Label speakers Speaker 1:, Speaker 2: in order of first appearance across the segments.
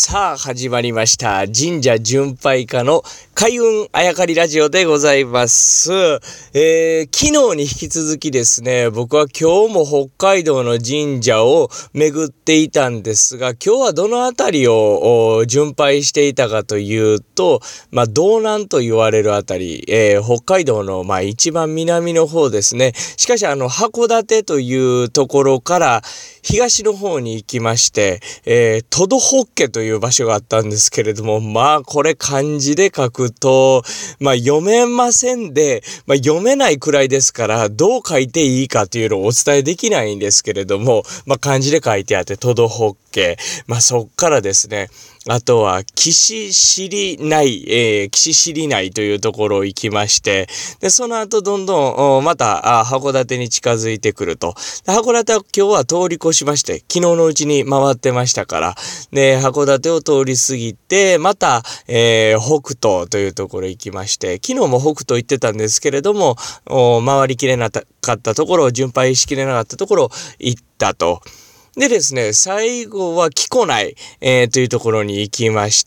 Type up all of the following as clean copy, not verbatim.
Speaker 1: さあ始まりました神社巡拝家の開運あやかりラジオでございます。昨日に引き続きですね、僕は今日も北海道の神社を巡っていたんですが、今日はどのあたりを巡拝していたかというと、道南と言われるあたり、北海道の一番南の方ですね。しかし函館というところから東の方に行きまして、トドホッケという場所があったんですけれども、これ漢字で書くと、読めませんで、読めないくらいですから、どう書いていいかというのをお伝えできないんですけれども、漢字で書いてあって、トドホッケ。そっからですね、あとは、岸尻内というところを行きまして、で、その後どんどん、また、函館に近づいてくると。函館は今日は通り越しまして、昨日のうちに回ってましたから、で、函館を通り過ぎて、また、北東というところ行きまして、昨日も北東行ってたんですけれども、回りきれなかったところ、巡拝しきれなかったところ行ったと。でですね、最後は木古内、というところに行きました。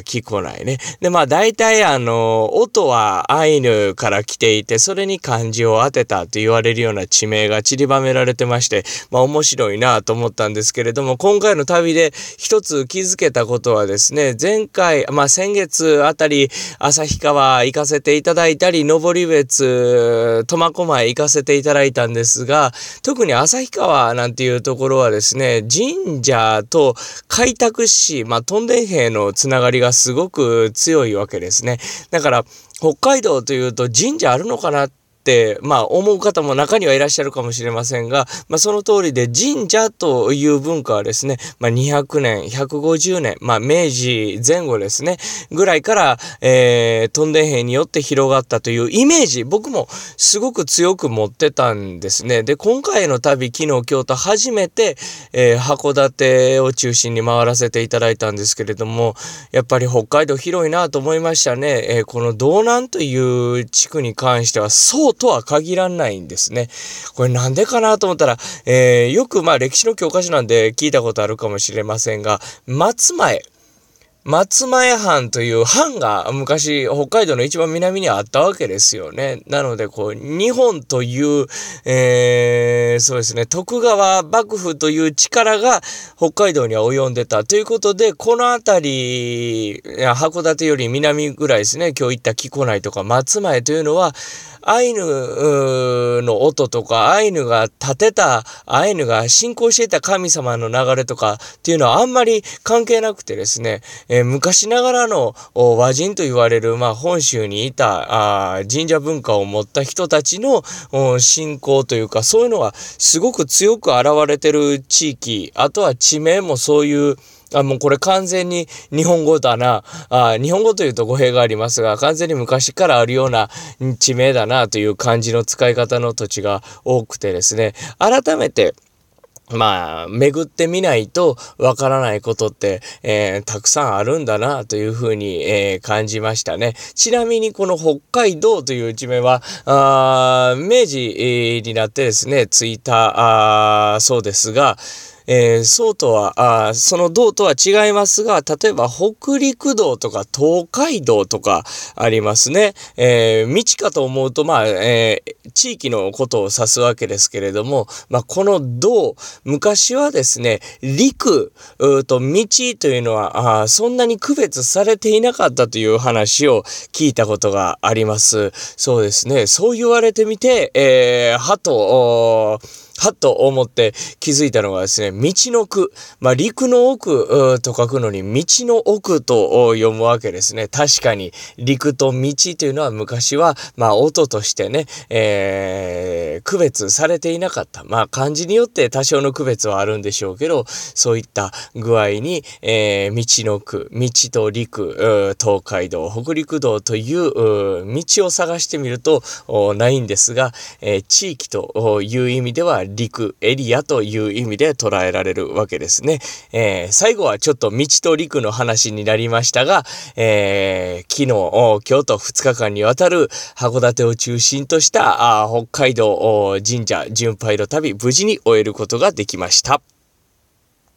Speaker 1: 木古内ね。で、大体音はアイヌから来ていて、それに漢字を当てたと言われるような地名が散りばめられてまして、面白いなと思ったんですけれども、今回の旅で一つ気づけたことはですね、前回、先月あたり、旭川行かせていただいたり、登別、苫小牧行かせていただいたんですが、特に旭川なんていうところはですね、神社と開拓使、屯田兵のつながりがすごく強いわけですね。だから北海道というと神社あるのかなって思う方も中にはいらっしゃるかもしれませんが、その通りで神社という文化はですね、200年、150年、明治前後ですね、ぐらいから、屯田兵によって広がったというイメージ、僕もすごく強く持ってたんですね。で、今回の旅、昨日、今日と初めて、函館を中心に回らせていただいたんですけれども、やっぱり北海道広いなと思いましたね。この道南という地区に関しては、そうとは限らないんですね。これなんでかなと思ったら、よく歴史の教科書なんで聞いたことあるかもしれませんが、松前藩という藩が昔北海道の一番南にあったわけですよね。なので日本という、そうですね、徳川幕府という力が北海道には及んでたということで、この辺り、函館より南ぐらいですね、今日行った木古内とか松前というのは、アイヌの音とか、アイヌが信仰していた神様の流れとかっていうのはあんまり関係なくてですね、昔ながらの和人と言われる、本州にいた神社文化を持った人たちの信仰というか、そういうのがすごく強く現れてる地域、あとは地名もそういう、もうこれ完全に日本語だな。日本語というと語弊がありますが、完全に昔からあるような地名だなという漢字の使い方の土地が多くてですね、改めて、巡ってみないとわからないことって、たくさんあるんだなというふうに、感じましたね。ちなみにこの北海道という地名は、明治になってですね、ついた、そうですが、そうとは、その道とは違いますが、例えば北陸道とか東海道とかありますね。道かと思うと、地域のことを指すわけですけれども、この道、昔はですね、陸と道というのは、そんなに区別されていなかったという話を聞いたことがあります。そうですね。そう言われてみて、はっと思って気づいたのがですね、道の区。陸の奥と書くのに道の奥と読むわけですね。確かに陸と道というのは昔は音としてね、区別されていなかった。漢字によって多少の区別はあるんでしょうけど、そういった具合に、道の区、道と陸、東海道、北陸道という道を探してみるとないんですが、地域という意味では陸エリアという意味で捉えられるわけですね。最後はちょっと道と陸の話になりましたが、昨日今日と2日間にわたる函館を中心とした北海道神社巡拝の旅、無事に終えることができました。